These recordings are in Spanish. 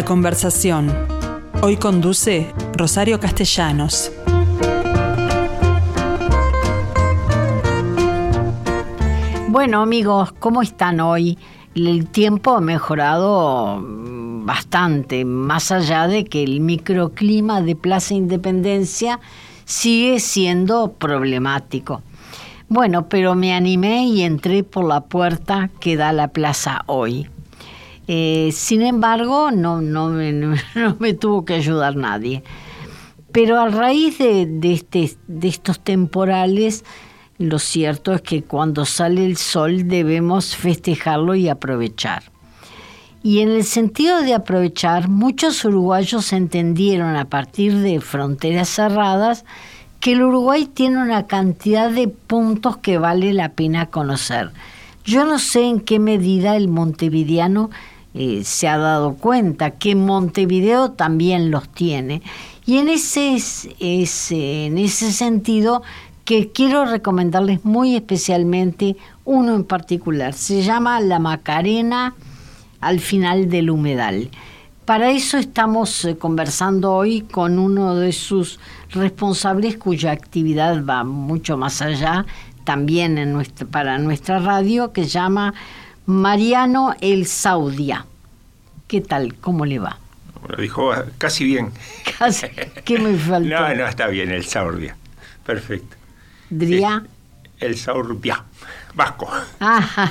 La conversación. Hoy conduce Rosario Castellanos. Bueno, amigos, ¿cómo están hoy? El tiempo ha mejorado bastante, más allá de que el microclima de Plaza Independencia sigue siendo problemático. Bueno, pero me animé y entré por la puerta que da a la plaza hoy. Sin embargo, no me tuvo que ayudar nadie. Pero a raíz de estos temporales, lo cierto es que cuando sale el sol debemos festejarlo y aprovechar. Y en el sentido de aprovechar, muchos uruguayos entendieron a partir de fronteras cerradas que el Uruguay tiene una cantidad de puntos que vale la pena conocer. Yo no sé en qué medida el montevideano se ha dado cuenta que Montevideo también los tiene. Y en ese sentido que quiero recomendarles muy especialmente uno en particular. Se llama La Macarena al final del Humedal. Para eso estamos conversando hoy con uno de sus responsables cuya actividad va mucho más allá, también para nuestra radio, que se llama Mariano Elzaudia. ¿Qué tal? ¿Cómo le va? Lo dijo casi bien. Casi. ¿Qué me faltó? No, está bien, Elzaudia. Perfecto. ¿Dría? Elzaudia. Vasco. Ah.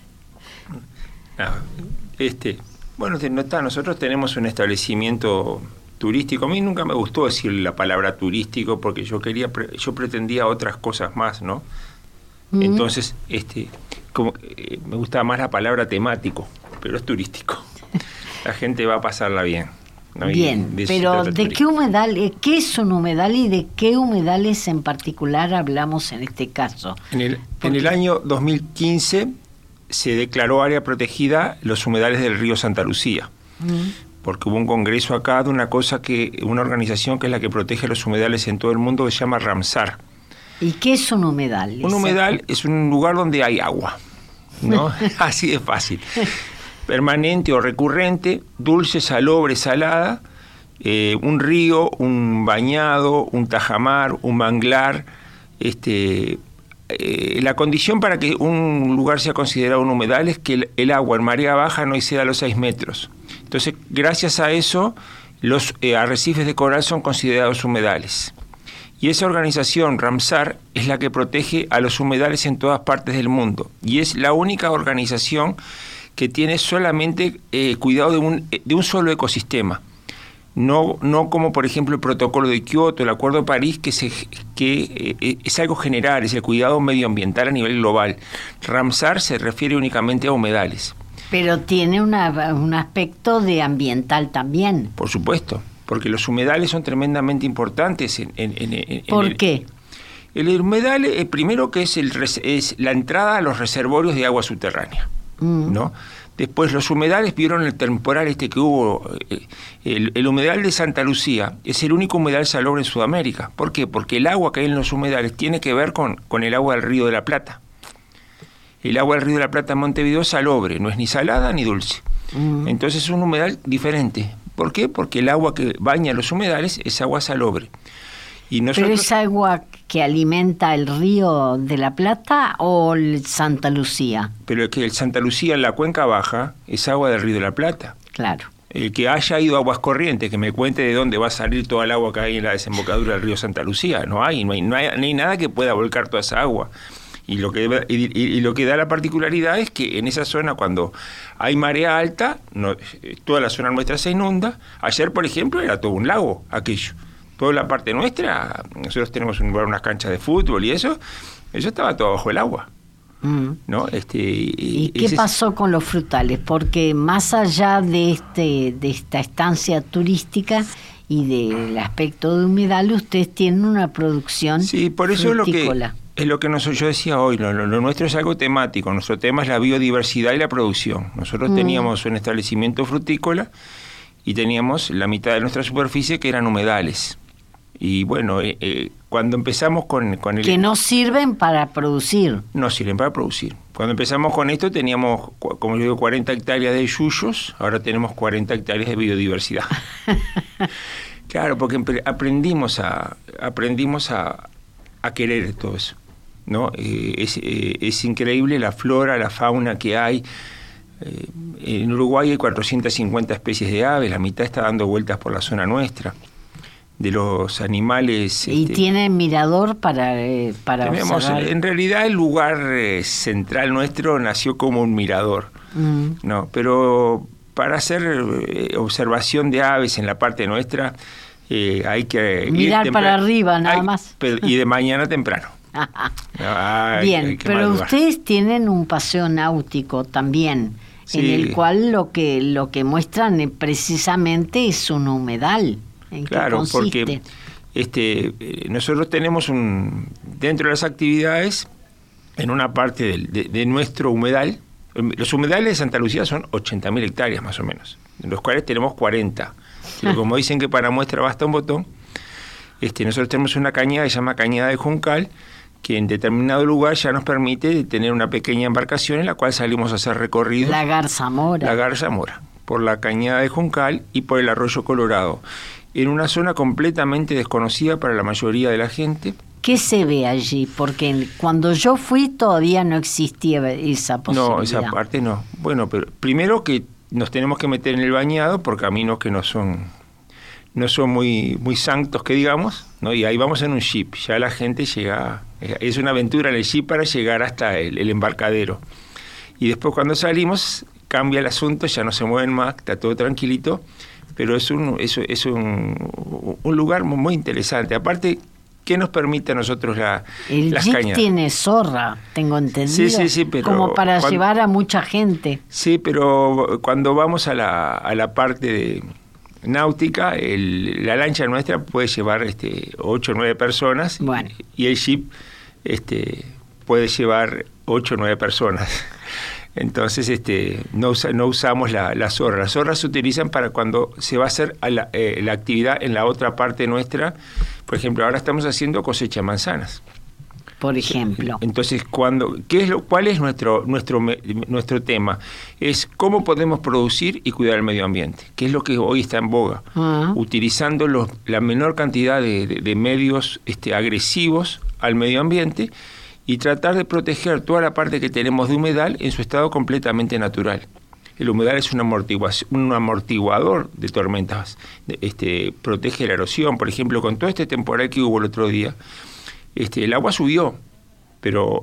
Bueno, se nota, nosotros tenemos un establecimiento turístico. A mí nunca me gustó decir la palabra turístico porque yo pretendía otras cosas más, ¿no? Mm. Entonces, me gustaba más la palabra temático, pero es turístico. La gente va a pasarla bien, ¿no? Bien, pero ¿de qué humedal, qué es un humedal y de qué humedales en particular hablamos en este caso? En el año 2015 se declaró área protegida los humedales del río Santa Lucía, porque hubo un congreso acá de una organización que es la que protege los humedales en todo el mundo, que se llama Ramsar. ¿Y qué es un humedal? Un humedal es un lugar donde hay agua, ¿no? Así de fácil. Permanente o recurrente, dulce, salobre, salada, un río, un bañado, un tajamar, un manglar. La condición para que un lugar sea considerado un humedal es que el agua en marea baja no exceda los 6 metros. Entonces, gracias a eso, los arrecifes de coral son considerados humedales. Y esa organización, Ramsar, es la que protege a los humedales en todas partes del mundo. Y es la única organización que tiene solamente cuidado de un solo ecosistema. No como, por ejemplo, el protocolo de Kioto, el Acuerdo de París, que es algo general, es el cuidado medioambiental a nivel global. Ramsar se refiere únicamente a humedales. Pero tiene un aspecto de ambiental también. Por supuesto, porque los humedales son tremendamente importantes. ¿Por qué? El humedal, primero que es la entrada a los reservorios de agua subterránea, ¿no? Después los humedales, vieron el temporal que hubo, el humedal de Santa Lucía es el único humedal salobre en Sudamérica. ¿Por qué? Porque el agua que hay en los humedales tiene que ver con el agua del Río de la Plata. El agua del Río de la Plata en Montevideo es salobre, no es ni salada ni dulce. Entonces es un humedal diferente. ¿Por qué? Porque el agua que baña los humedales es agua salobre. Y nosotros, ¿pero es agua que alimenta el Río de la Plata o el Santa Lucía? Pero que el Santa Lucía en la cuenca baja es agua del Río de la Plata. Claro. El que haya ido a Aguas Corrientes, que me cuente de dónde va a salir toda el agua que hay en la desembocadura del río Santa Lucía. No hay nada que pueda volcar toda esa agua. Y lo que da la particularidad es que en esa zona, cuando hay marea alta, toda la zona nuestra se inunda. Ayer, por ejemplo, era todo un lago aquello. Toda la parte nuestra, nosotros tenemos unas canchas de fútbol y eso estaba todo bajo el agua. ¿No? ¿Y qué pasó con los frutales? Porque más allá de esta estancia turística y del aspecto de humedal, ustedes tienen una producción sí, por eso frutícola. Es lo que yo decía hoy, lo nuestro es algo temático, nuestro tema es la biodiversidad y la producción. Nosotros teníamos un establecimiento frutícola y teníamos la mitad de nuestra superficie que eran humedales. Y bueno, cuando empezamos con el... Que no sirven para producir. No sirven para producir. Cuando empezamos con esto teníamos, como yo digo, 40 hectáreas de yuyos, ahora tenemos 40 hectáreas de biodiversidad. Claro, porque aprendimos a querer todo eso, ¿no? Es increíble la flora, la fauna que hay. En Uruguay hay 450 especies de aves, la mitad está dando vueltas por la zona nuestra. De los animales... ¿Y tienen mirador para tenemos, observar? En realidad el lugar central nuestro nació como un mirador, ¿no? Pero para hacer observación de aves en la parte nuestra hay que... Mirar para arriba nada más. Y de mañana temprano. Bien, pero madrugar. Ustedes tienen un paseo náutico también, sí, en el cual lo que muestran precisamente es un humedal. Claro, porque nosotros tenemos dentro de las actividades, en una parte de nuestro humedal, los humedales de Santa Lucía son 80.000 hectáreas más o menos, en los cuales tenemos 40. Pero como dicen que para muestra basta un botón, nosotros tenemos una cañada que se llama Cañada de Juncal, que en determinado lugar ya nos permite tener una pequeña embarcación en la cual salimos a hacer recorridos. La Garza Mora, por la Cañada de Juncal y por el Arroyo Colorado, en una zona completamente desconocida para la mayoría de la gente. ¿Qué se ve allí? Porque cuando yo fui todavía no existía esa posibilidad. No, esa parte no. Bueno, pero primero que nos tenemos que meter en el bañado por caminos que no son muy, muy santos, que digamos, ¿no? Y ahí vamos en un jeep. Ya la gente llega... Es una aventura en el jeep para llegar hasta el embarcadero. Y después cuando salimos cambia el asunto, ya no se mueven más, está todo tranquilito, pero es un lugar muy interesante. Aparte, ¿qué nos permite a nosotros las jeep cañas? Tiene zorra, tengo entendido, sí, pero como para llevar a mucha gente. Sí, pero cuando vamos a la parte de náutica, la lancha nuestra puede llevar 8 o 9 personas, bueno, y el jeep puede llevar 8 o 9 personas. Entonces no usamos la zorra. Las zorras se utilizan para cuando se va a hacer la actividad en la otra parte nuestra. Por ejemplo, ahora estamos haciendo cosecha de manzanas. Por ejemplo. Entonces, ¿cuál es nuestro tema? Es cómo podemos producir y cuidar el medio ambiente, que es lo que hoy está en boga, utilizando la menor cantidad de medios agresivos al medio ambiente y tratar de proteger toda la parte que tenemos de humedal en su estado completamente natural. El humedal es un amortiguador de tormentas, protege la erosión. Por ejemplo, con todo este temporal que hubo el otro día, el agua subió, pero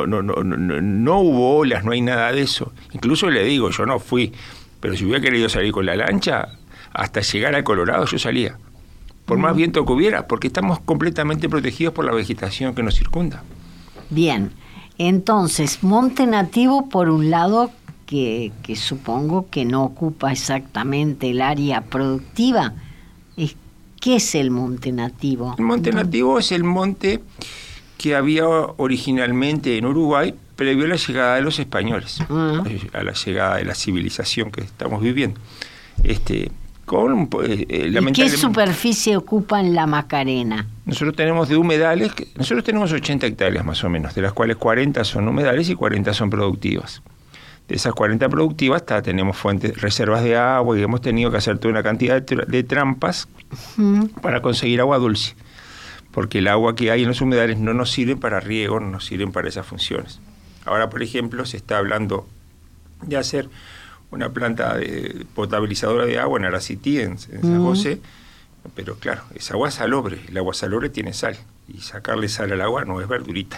no hubo olas, no hay nada de eso. Incluso le digo, yo no fui, pero si hubiera querido salir con la lancha, hasta llegar al Colorado yo salía, por más viento que hubiera, porque estamos completamente protegidos por la vegetación que nos circunda. Bien, entonces, monte nativo por un lado, que supongo que no ocupa exactamente el área productiva. ¿Qué es el monte nativo? El monte nativo es el monte que había originalmente en Uruguay previo a la llegada de los españoles, a la llegada de la civilización que estamos viviendo. ¿Y qué superficie ocupa en la Macarena? Nosotros tenemos de humedales, nosotros tenemos 80 hectáreas más o menos, de las cuales 40 son humedales y 40 son productivas. De esas 40 productivas tenemos reservas de agua y hemos tenido que hacer toda una cantidad de trampas para conseguir agua dulce, porque el agua que hay en los humedales no nos sirve para riego, no nos sirven para esas funciones. Ahora, por ejemplo, se está hablando de hacer una planta potabilizadora de agua en Aracití, en San José, pero claro, es agua salobre, el agua salobre tiene sal, y sacarle sal al agua no es verdurita.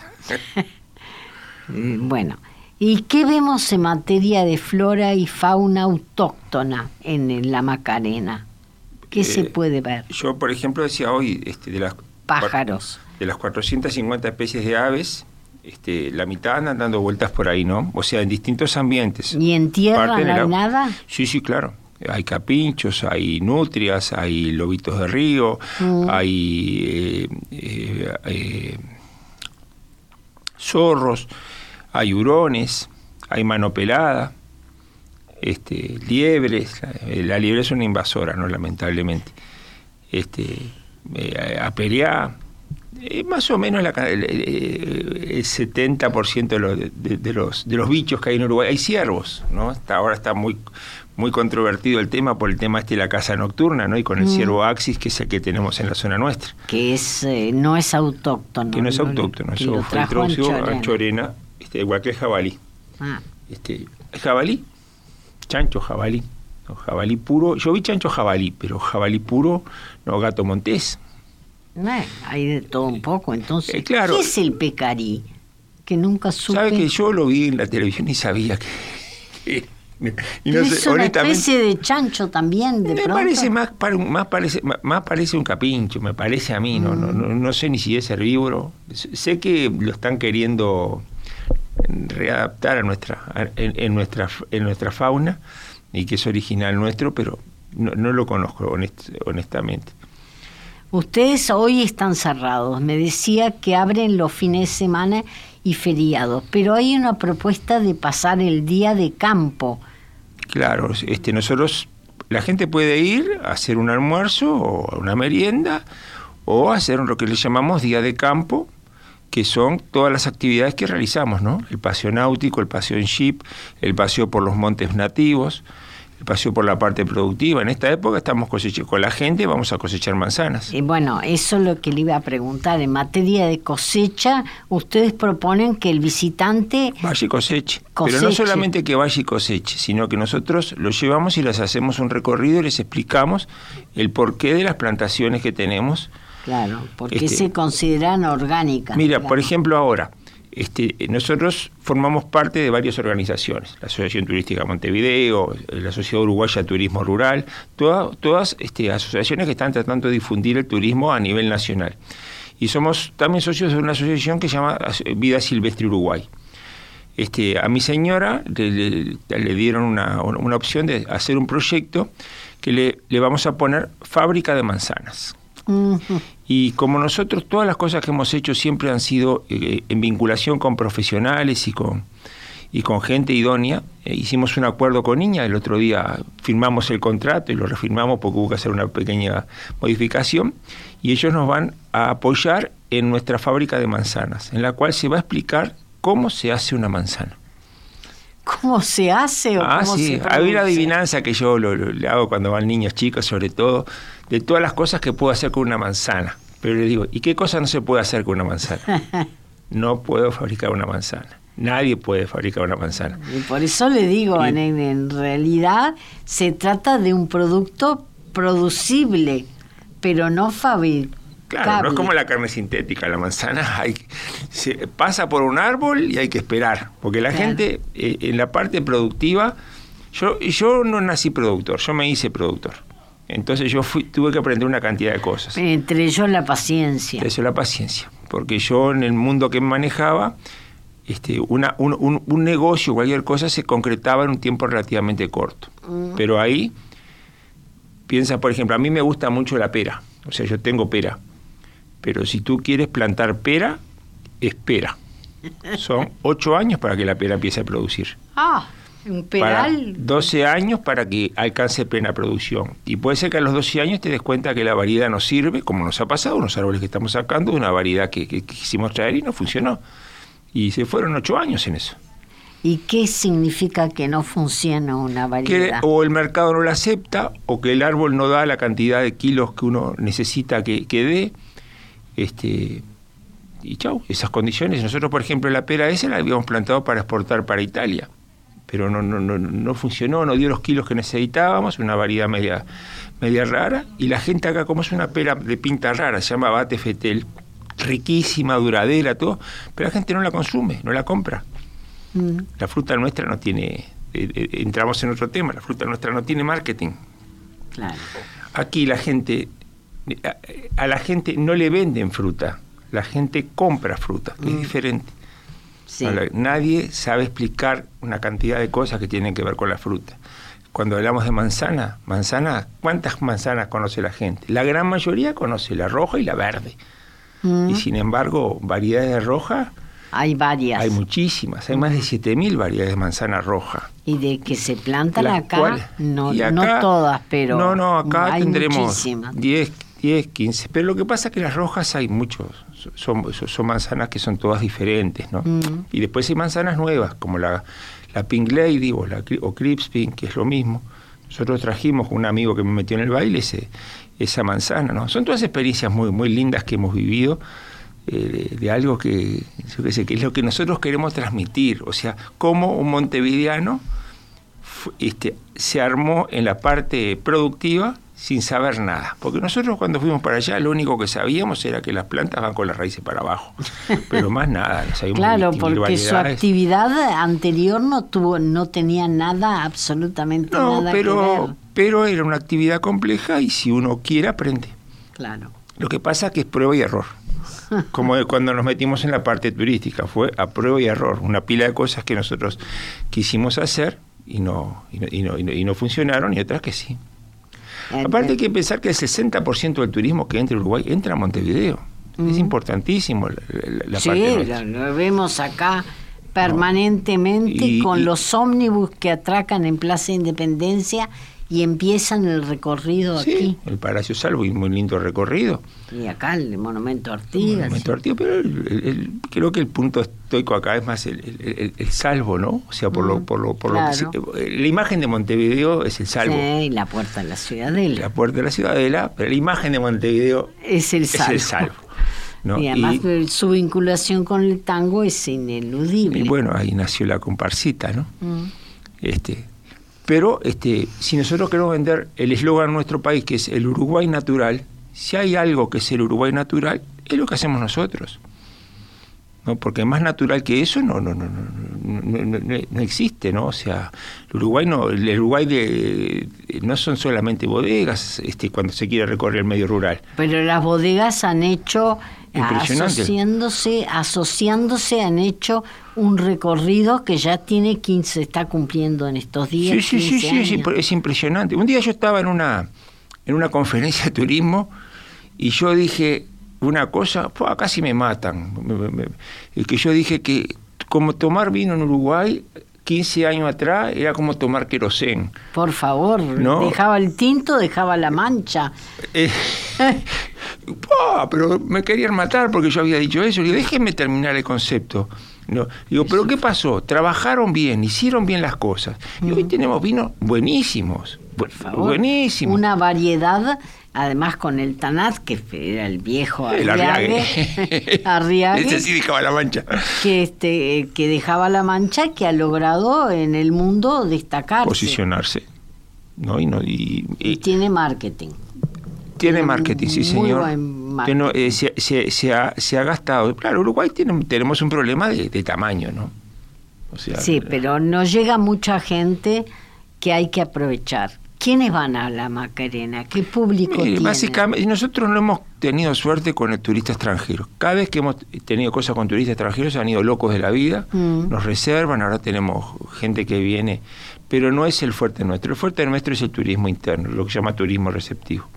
Bueno, ¿y qué vemos en materia de flora y fauna autóctona en la Macarena? ¿Qué se puede ver? Yo, por ejemplo, decía hoy de las pájaros. De las 450 especies de aves, la mitad andan dando vueltas por ahí, ¿no? O sea, en distintos ambientes. ¿Y en tierra no hay nada? Sí, claro. Hay capinchos, hay nutrias, hay lobitos de río, hay zorros, hay hurones, hay mano pelada, liebres. La liebre es una invasora, ¿no? Lamentablemente. Apereá, más o menos el 70% de los bichos que hay en Uruguay. Hay ciervos, ¿no? Ahora está muy controvertido el tema por el tema de la caza nocturna, ¿no? Y con el ciervo axis, que es el que tenemos en la zona nuestra. Que no es autóctono. Que no es autóctono, eso fue introducido a Ancho Arena, igual que el jabalí. El jabalí, chancho jabalí, no, jabalí puro. Yo vi chancho jabalí, pero jabalí puro, no gato montés. Hay de todo un poco, entonces. Claro. ¿Qué es el pecarí? Que nunca supe. ¿Sabe que yo lo vi en la televisión y sabía que y no es sé, una especie de chancho también, de pronto. Más parece un capincho, me parece a mí. No sé ni si es herbívoro. Sé que lo están queriendo readaptar en nuestra fauna y que es original nuestro, pero no lo conozco honestamente. Ustedes hoy están cerrados. Me decía que abren los fines de semana y feriados, pero hay una propuesta de pasar el día de campo. Claro, nosotros, la gente puede ir a hacer un almuerzo o una merienda o hacer lo que le llamamos día de campo, que son todas las actividades que realizamos, ¿no? El paseo náutico, el paseo en jeep, el paseo por los montes nativos, el paseo por la parte productiva. En esta época estamos cosechando con la gente, vamos a cosechar manzanas. Bueno, eso es lo que le iba a preguntar. En materia de cosecha, ustedes proponen que el visitante vaya y coseche. Pero no solamente que vaya y coseche, sino que nosotros los llevamos y les hacemos un recorrido y les explicamos el porqué de las plantaciones que tenemos. Claro, porque se consideran orgánicas. Mira, claro. Por ejemplo, ahora, nosotros formamos parte de varias organizaciones, la Asociación Turística Montevideo, la Sociedad Uruguaya de Turismo Rural, todas asociaciones que están tratando de difundir el turismo a nivel nacional. Y somos también socios de una asociación que se llama Vida Silvestre Uruguay. A mi señora le dieron una opción de hacer un proyecto que le vamos a poner fábrica de manzanas. Uh-huh. Y como nosotros todas las cosas que hemos hecho siempre han sido en vinculación con profesionales y con gente idónea, hicimos un acuerdo con INAH. El otro día firmamos el contrato y lo refirmamos porque hubo que hacer una pequeña modificación, y ellos nos van a apoyar en nuestra fábrica de manzanas, en la cual se va a explicar cómo se hace una manzana. ¿Cómo se hace? Sí, hay una adivinanza que yo le hago cuando van niños chicos, sobre todo, de todas las cosas que puedo hacer con una manzana. Pero le digo, ¿y qué cosa no se puede hacer con una manzana? No puedo fabricar una manzana. Nadie puede fabricar una manzana. Y por eso le digo, en realidad se trata de un producto producible, pero no fabricable. Claro, no es como la carne sintética. La manzana se pasa por un árbol y hay que esperar. Porque la gente, en la parte productiva, yo no nací productor, yo me hice productor. Entonces tuve que aprender una cantidad de cosas. Entre ellos la paciencia. Porque yo en el mundo que manejaba, un negocio, cualquier cosa, se concretaba en un tiempo relativamente corto. Pero ahí, piensa, por ejemplo, a mí me gusta mucho la pera. O sea, yo tengo pera. Pero si tú quieres plantar pera, espera. Son 8 años para que la pera empiece a producir. Un peral. 12 años para que alcance plena producción. Y puede ser que a los 12 años te des cuenta que la variedad no sirve, como nos ha pasado, unos árboles que estamos sacando, una variedad que quisimos traer y no funcionó. Y se fueron 8 años en eso. ¿Y qué significa que no funciona una variedad? Que o el mercado no la acepta, o que el árbol no da la cantidad de kilos que uno necesita que dé. Y chau, esas condiciones. Nosotros, por ejemplo, la pera esa la habíamos plantado para exportar para Italia, pero no funcionó, no dio los kilos que necesitábamos, una variedad media rara, y la gente acá, como es una pera de pinta rara, se llama Abate Fetel, riquísima, duradera, todo, pero la gente no la consume, no la compra. La fruta nuestra no tiene, entramos en otro tema, la fruta nuestra no tiene marketing. Claro. Aquí a la gente no le venden fruta, la gente compra fruta, que es diferente. Sí. Nadie sabe explicar una cantidad de cosas que tienen que ver con la fruta. Cuando hablamos de manzana, ¿cuántas manzanas conoce la gente? La gran mayoría conoce la roja y la verde. Y sin embargo, variedades de roja... Hay varias. Hay muchísimas, hay más de 7.000 variedades de manzana roja. ¿Y de que se plantan acá? No todas, pero no, acá hay tendremos muchísimas. 10, 10, 15. Pero lo que pasa es que las rojas hay muchos, son manzanas que son todas diferentes, ¿no? Y después hay manzanas nuevas, como la Pink Lady o Crips Pink, que es lo mismo. Nosotros trajimos con un amigo que me metió en el baile esa manzana, ¿no? Son todas experiencias muy, muy lindas que hemos vivido, de algo que, yo qué sé, que es lo que nosotros queremos transmitir. O sea, cómo un montevideano se armó en la parte productiva sin saber nada. Porque nosotros cuando fuimos para allá lo único que sabíamos era que las plantas van con las raíces para abajo. Pero más nada. No sabíamos claro, distinguir porque su variedades. Actividad anterior no tenía nada, absolutamente nada que ver. Pero era una actividad compleja y si uno quiere aprende. Claro. Lo que pasa es que es prueba y error. Como cuando nos metimos en la parte turística, fue a prueba y error. Una pila de cosas que nosotros quisimos hacer y no funcionaron, y otras que sí. Aparte hay que pensar que el 60% del turismo que entra a Uruguay entra a Montevideo. Es importantísimo la sí, parte nuestra. lo vemos acá permanentemente con los ómnibus que atracan en Plaza Independencia y empiezan el recorrido sí, aquí. El Palacio Salvo, y muy lindo recorrido. Y acá el Monumento Artigas. Pero creo que el punto estoico acá es más el Salvo, ¿no? O sea, por claro. lo que la imagen de Montevideo es el Salvo. Sí, la Puerta de la Ciudadela. La Puerta de la Ciudadela, pero la imagen de Montevideo es el Salvo. ¿No? Y además su vinculación con el tango es ineludible. Y bueno, ahí nació la comparsita, ¿no? Pero si nosotros queremos vender el eslogan de nuestro país, que es el Uruguay natural, si hay algo que es el Uruguay natural, es lo que hacemos nosotros, ¿no? Porque más natural que eso no existe, ¿no? O sea, el Uruguay no son solamente bodegas cuando se quiere recorrer el medio rural. Pero las bodegas han hecho, asociándose, han hecho un recorrido que ya tiene 15, se está cumpliendo en estos días. Sí, es impresionante. Un día yo estaba en una conferencia de turismo y yo dije una cosa, casi me matan. Que yo dije que como tomar vino en Uruguay 15 años atrás era como tomar querosén. Por favor, ¿no? Dejaba el tinto, dejaba la mancha. Pero me querían matar porque yo había dicho eso. Le dije, déjenme terminar el concepto. No, digo, ¿pero qué pasó? Trabajaron bien, hicieron bien las cosas. Y hoy tenemos vinos buenísimos. Por favor, buenísimos. Una variedad, además con el Tanat, que era el viejo Arriague. Ese sí dejaba la mancha. Que dejaba la mancha, que ha logrado en el mundo destacarse. Posicionarse. ¿No? Y tiene marketing. Tiene marketing, sí, señor. Marketing. Se ha gastado. Claro, Uruguay tenemos un problema de tamaño, ¿no? O sea, sí, pero nos llega mucha gente que hay que aprovechar. ¿Quiénes van a la Macarena? ¿Qué público tiene? Básicamente, nosotros no hemos tenido suerte con el turista extranjero. Cada vez que hemos tenido cosas con turistas extranjeros se han ido locos de la vida, nos reservan, ahora tenemos gente que viene, pero no es el fuerte nuestro. El fuerte nuestro es el turismo interno, lo que se llama turismo receptivo.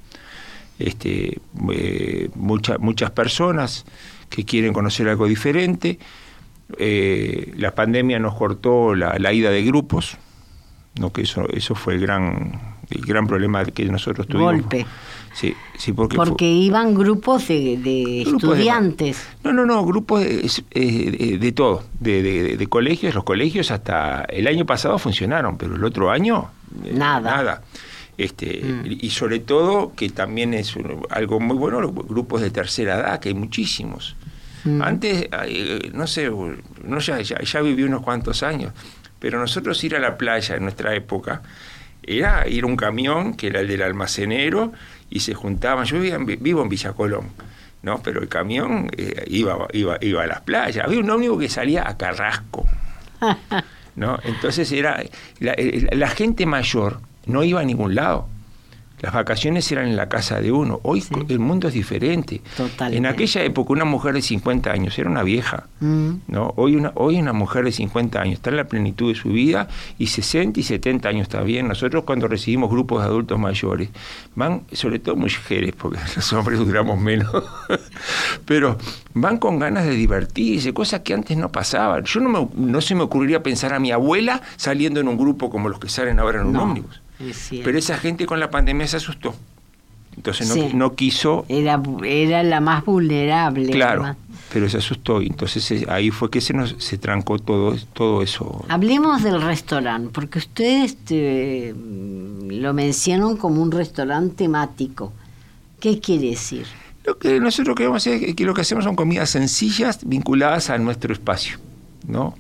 Muchas personas que quieren conocer algo diferente. La pandemia nos cortó la ida de grupos, ¿no? Que eso fue el gran problema que nosotros tuvimos. Golpe. Sí, porque iban grupos de estudiantes. Grupos de todo, de colegios. Los colegios hasta el año pasado funcionaron, pero el otro año nada. Y sobre todo, que también es algo muy bueno, los grupos de tercera edad, que hay muchísimos. Antes, no sé, ya viví unos cuantos años, pero nosotros ir a la playa en nuestra época era ir a un camión, que era el del almacenero, y se juntaban. Yo vivo en Villa Colón, ¿no? Pero el camión iba a las playas. Había un ómnibus que salía a Carrasco, ¿no? Entonces era la gente mayor no iba a ningún lado. Las vacaciones eran en la casa de uno. Hoy el mundo es diferente. Totalmente. En aquella época una mujer de 50 años era una vieja, ¿no? Hoy una mujer de 50 años está en la plenitud de su vida, y 60 y 70 años está bien. Nosotros cuando recibimos grupos de adultos mayores, van, sobre todo mujeres, porque los hombres duramos menos, pero van con ganas de divertirse, cosas que antes no pasaban. No se me ocurriría pensar a mi abuela saliendo en un grupo como los que salen ahora en un ómnibus. Pero esa gente con la pandemia se asustó. Entonces Sí. no quiso... Era la más vulnerable. Claro, además. pero se asustó. Entonces ahí fue que se trancó todo eso. Hablemos del restaurante, porque ustedes lo mencionan como un restaurante temático. ¿Qué quiere decir? Lo que nosotros queremos hacer es que lo que hacemos son comidas sencillas vinculadas a nuestro espacio, ¿no?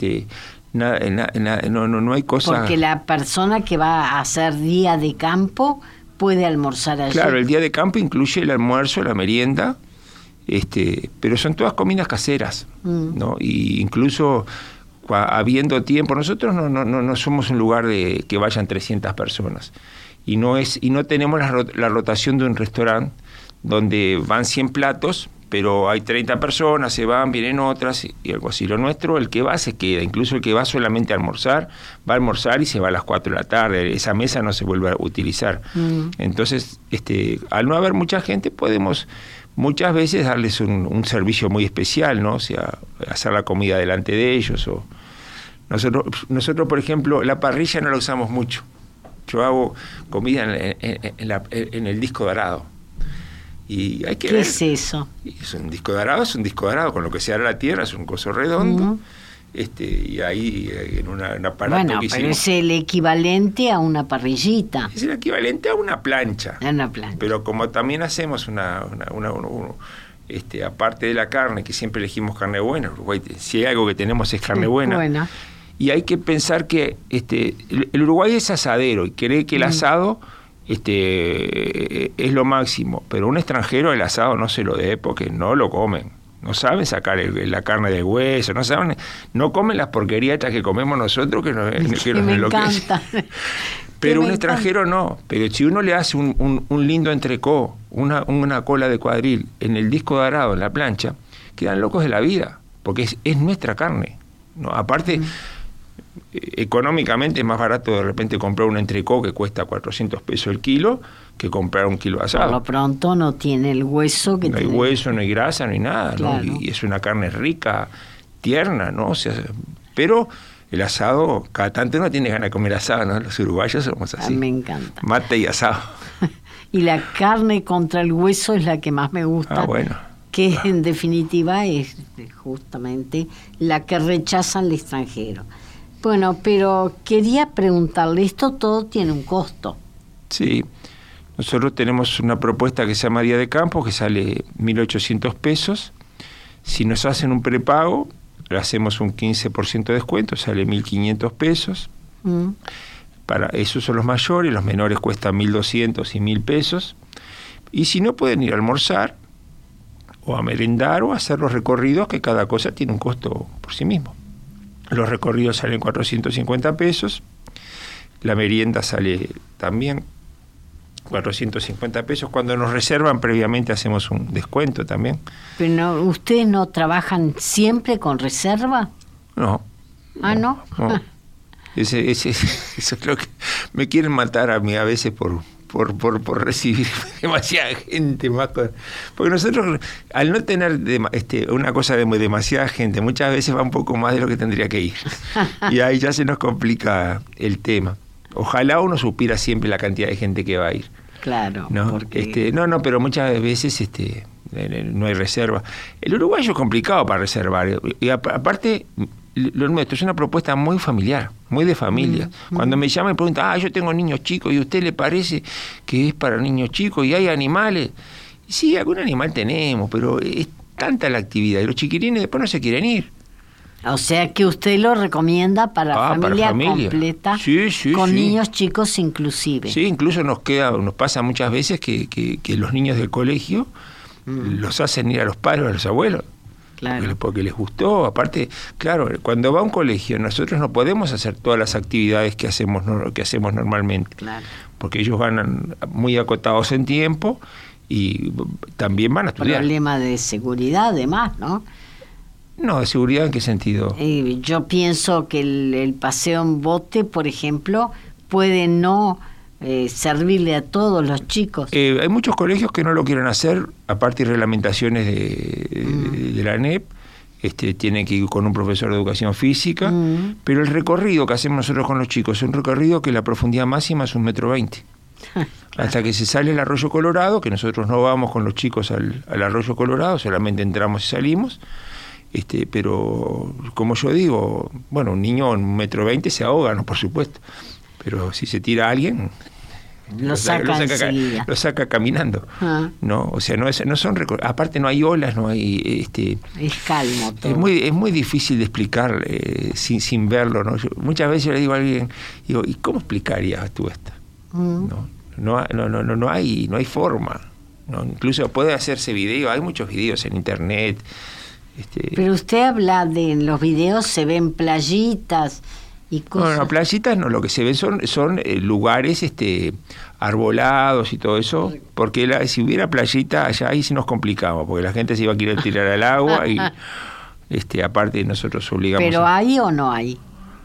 No hay cosa... Porque la persona que va a hacer día de campo puede almorzar allí. Claro, el día de campo incluye el almuerzo, la merienda, pero son todas comidas caseras, ¿no? Y incluso habiendo tiempo, nosotros no somos un lugar de que vayan 300 personas y no tenemos la rotación de un restaurante donde van 100 platos, pero hay 30 personas, se van, vienen otras y algo así. Lo nuestro, el que va se queda, incluso el que va solamente a almorzar, va a almorzar y se va a las 4 de la tarde, esa mesa no se vuelve a utilizar. Entonces, al no haber mucha gente, podemos muchas veces darles un servicio muy especial, ¿no? O sea, hacer la comida delante de ellos. O nosotros, por ejemplo, la parrilla no la usamos mucho. Yo hago comida en el disco dorado. Y hay que ¿Qué es eso? Es un disco dorado, con lo que se hará la tierra, es un coso redondo. Y ahí en un aparato bueno, que hicimos, pero es el equivalente a una parrillita. es el equivalente a una plancha. A una plancha. Pero como también hacemos aparte de la carne, que siempre elegimos carne buena, Uruguay, si hay algo que tenemos es carne buena. Y hay que pensar que el Uruguay es asadero y cree que el asado es lo máximo, pero un extranjero el asado no se lo dé porque no lo comen, no saben sacar la carne del hueso, no comen las porquerías estas que comemos nosotros que nos encanta. Pero un extranjero no. Pero si uno le hace un lindo entrecó, una cola de cuadril en el disco dorado, en la plancha, quedan locos de la vida, porque es nuestra carne, ¿no? Aparte, económicamente es más barato de repente comprar un entrecó que cuesta 400 pesos el kilo que comprar un kilo de asado. Por lo pronto no tiene el hueso que no hay hueso, no hay grasa, no hay nada, claro. ¿no? Y es una carne rica, tierna, ¿no? O sea, pero el asado, cada tanto uno tiene ganas de comer asado, ¿no? Los uruguayos somos así. Me encanta. Mate y asado. Y la carne contra el hueso es la que más me gusta. Bueno. Que en definitiva es justamente la que rechazan el extranjero. Bueno, pero quería preguntarle, esto todo tiene un costo. Sí, nosotros tenemos una propuesta que se llama Día de Campo, que sale 1.800 pesos. Si nos hacen un prepago, le hacemos un 15% de descuento, sale 1.500 pesos. Para esos son los mayores, los menores cuestan 1.200 y 1.000 pesos. Y si no, pueden ir a almorzar, o a merendar, o a hacer los recorridos, que cada cosa tiene un costo por sí mismo. Los recorridos salen 450 pesos, la merienda sale también 450 pesos. Cuando nos reservan previamente hacemos un descuento también. ¿Pero no, ustedes no trabajan siempre con reserva? No. ¿Ah, no? Eso es lo que me quieren matar a mí a veces por recibir demasiada gente más porque nosotros al no tener una cosa de demasiada gente muchas veces va un poco más de lo que tendría que ir y ahí ya se nos complica el tema. Ojalá uno supiera siempre la cantidad de gente que va a ir, claro, ¿no? porque... pero muchas veces no hay reserva. El uruguayo es complicado para reservar y aparte lo nuestro es una propuesta muy familiar, muy de familia. Cuando me llaman y preguntan, yo tengo niños chicos, ¿y a usted le parece que es para niños chicos? ¿Y hay animales? Y sí, algún animal tenemos, pero es tanta la actividad. Y los chiquirines después no se quieren ir. O sea que usted lo recomienda para familia completa, sí, con niños chicos inclusive. Sí, incluso nos pasa muchas veces que los niños del colegio los hacen ir a los padres o a los abuelos. Claro. Porque les gustó. Aparte, claro, cuando va a un colegio nosotros no podemos hacer todas las actividades que hacemos normalmente, claro, porque ellos van muy acotados en tiempo y también van a estudiar. Problema de seguridad además, ¿no? No, ¿de seguridad en qué sentido? Yo pienso que el paseo en bote, por ejemplo, puede no servirle a todos los chicos. Hay muchos colegios que no lo quieren hacer, aparte de reglamentaciones de la ANEP, tienen que ir con un profesor de educación física, pero el recorrido que hacemos nosotros con los chicos es un recorrido que la profundidad máxima es 1,20 m. Hasta que se sale el Arroyo Colorado, que nosotros no vamos con los chicos al Arroyo Colorado, solamente entramos y salimos. Pero como yo digo, bueno, un niño en 1,20 m se ahoga, no, por supuesto, pero si se tira a alguien, lo saca caminando. No, o sea, no son aparte no hay olas, no hay es calmo todo. Es muy difícil de explicar sin verlo, ¿no? Muchas veces le digo a alguien, ¿y cómo explicarías tú esto? No hay forma, ¿no? Incluso puede hacerse video, hay muchos videos en internet. Pero usted habla de en los videos se ven playitas y cosas. No, playitas no, lo que se ven son lugares arbolados y todo eso, porque si hubiera playita allá ahí sí nos complicamos, porque la gente se iba a querer tirar al agua y aparte nosotros obligamos. ¿Pero hay o no hay?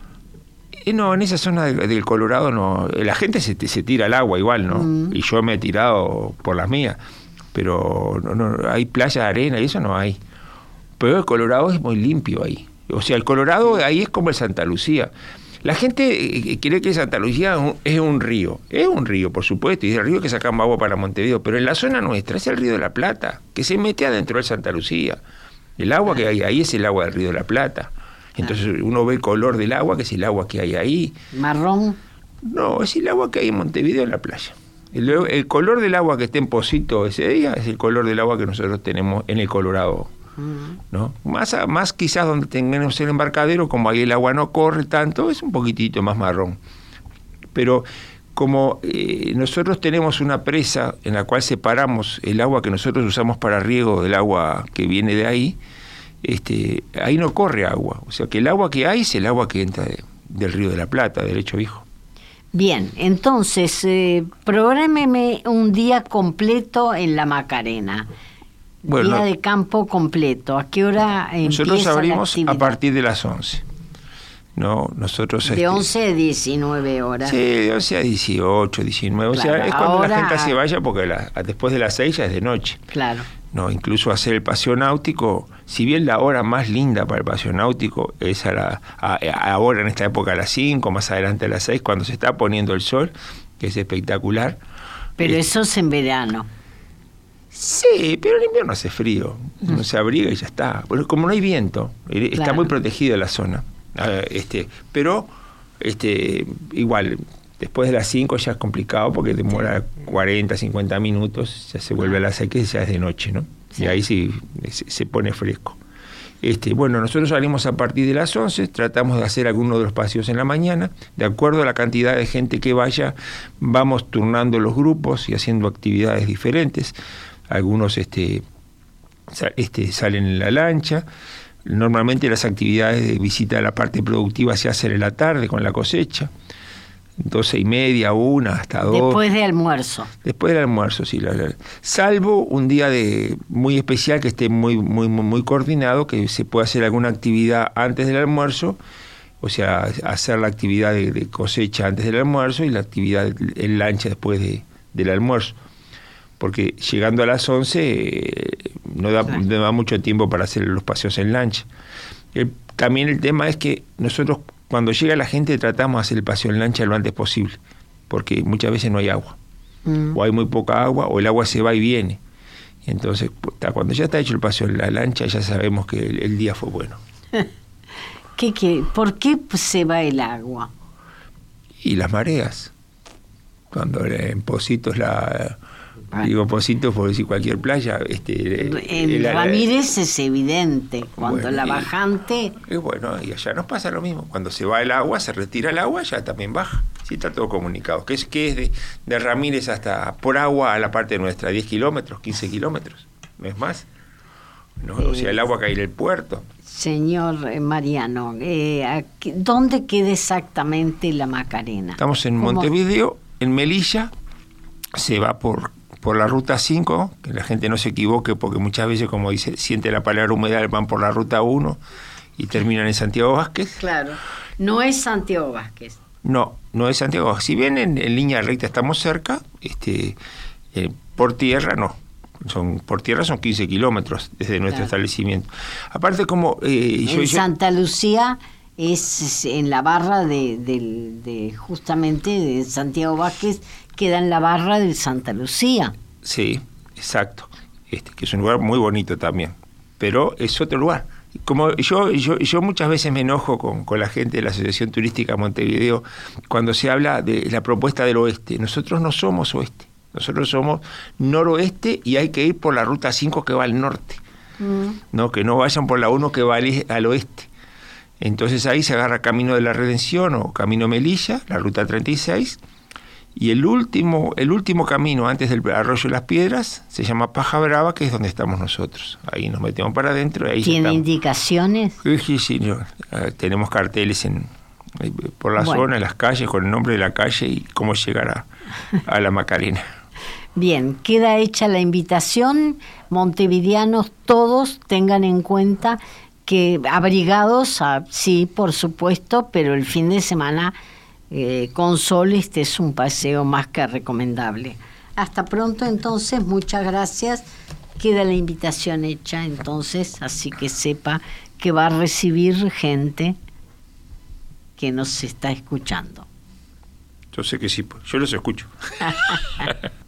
No, en esa zona del Colorado no, la gente se tira al agua igual, ¿no? Y yo me he tirado por las mías, pero no hay playa de arena y eso no hay. Pero el Colorado es muy limpio ahí. O sea, el Colorado ahí es como el Santa Lucía. La gente cree que Santa Lucía es un río. Es un río, por supuesto, y es el río que sacamos agua para Montevideo, pero en la zona nuestra es el Río de la Plata, que se mete adentro del Santa Lucía. El agua que hay ahí es el agua del Río de la Plata. Entonces uno ve el color del agua, que es el agua que hay ahí. ¿Marrón? No, es el agua que hay en Montevideo en la playa. El color del agua que está en Pocito ese día es el color del agua que nosotros tenemos en el Colorado, ¿no? Más quizás donde tengamos el embarcadero, como ahí el agua no corre tanto, es un poquitito más marrón. Pero como nosotros tenemos una presa en la cual separamos el agua que nosotros usamos para riego del agua que viene de ahí, ahí no corre agua. O sea que el agua que hay es el agua que entra del Río de la Plata, del Lecho Viejo. Bien, entonces, prográmeme un día completo en la Macarena. Día de campo completo. ¿A qué hora empieza nosotros abrimos la actividad? A partir de las 11. No, nosotros de 11 a 19 horas. Sí, de 11 a 18, 19. Claro, o sea, es cuando la gente se vaya, porque después de las 6 ya es de noche. Claro. No, incluso hacer el paseo náutico, si bien la hora más linda para el paseo náutico es ahora en esta época a las 5, más adelante a las 6, cuando se está poniendo el sol, que es espectacular. Pero eso es en verano. Sí, pero en invierno hace frío, uno se abriga y ya está. Pero como no hay viento, está muy protegida la zona. Pero igual, después de las 5 ya es complicado porque demora 40, 50 minutos, ya se vuelve a las 6, que ya es de noche, ¿no? Sí. Y ahí sí se pone fresco. Bueno, nosotros salimos a partir de las 11, tratamos de hacer algunos de los paseos en la mañana, de acuerdo a la cantidad de gente que vaya, vamos turnando los grupos y haciendo actividades diferentes. Algunos salen en la lancha. Normalmente las actividades de visita a la parte productiva se hacen en la tarde con la cosecha, 12:30, 1, hasta 2. Después de almuerzo. Después del almuerzo, sí. Salvo un día muy especial que esté muy coordinado, que se pueda hacer alguna actividad antes del almuerzo, o sea, hacer la actividad de cosecha antes del almuerzo y la actividad en lancha después del almuerzo. Porque llegando a las 11 no da mucho tiempo para hacer los paseos en lancha. También el tema es que nosotros, cuando llega la gente, tratamos de hacer el paseo en lancha lo antes posible, porque muchas veces no hay agua, o hay muy poca agua, o el agua se va y viene. Entonces, cuando ya está hecho el paseo en la lancha, ya sabemos que el día fue bueno. ¿Por qué se va el agua? Y las mareas. Cuando en Pocitos digo Pocitos por decir cualquier playa. En Ramírez es evidente, cuando la bajante... Bueno, y allá nos pasa lo mismo. Cuando se va el agua, se retira el agua, ya también baja. Sí, está todo comunicado. Que es de Ramírez hasta por agua a la parte nuestra, 10 kilómetros, 15 kilómetros, no es más. ¿No? O sea, el agua cae en el puerto. Señor Mariano, ¿dónde queda exactamente la Macarena? Estamos en Montevideo, en Melilla. Se va por la ruta 5, que la gente no se equivoque, porque muchas veces, como siente la palabra humedad, van por la ruta 1 y terminan en Santiago Vázquez. Claro, no es Santiago Vázquez. No es Santiago Vázquez. Si bien en línea recta estamos cerca, por tierra no. Por tierra son 15 kilómetros desde nuestro establecimiento. Aparte, como... Santa Lucía es en la barra de justamente de Santiago Vázquez, queda en la barra de Santa Lucía. Sí, exacto. Que es un lugar muy bonito también, pero es otro lugar. Como yo muchas veces me enojo con la gente de la Asociación Turística Montevideo cuando se habla de la propuesta del oeste. Nosotros no somos oeste, nosotros somos noroeste y hay que ir por la ruta 5 que va al norte. No, que no vayan por la 1 que va al oeste. Entonces ahí se agarra Camino de la Redención o Camino Melilla, la ruta 36, y el último camino antes del Arroyo de las Piedras se llama Paja Brava, que es donde estamos nosotros. Ahí nos metemos para adentro. Ahí ¿Tiene indicaciones? Sí, tenemos carteles por la zona, en las calles, con el nombre de la calle y cómo llegar a la Macarena. Bien, queda hecha la invitación. Montevideanos todos tengan en cuenta que abrigados, sí, por supuesto, pero el fin de semana con sol es un paseo más que recomendable. Hasta pronto, entonces, muchas gracias. Queda la invitación hecha, entonces, así que sepa que va a recibir gente que nos está escuchando. Yo sé que sí, yo los escucho.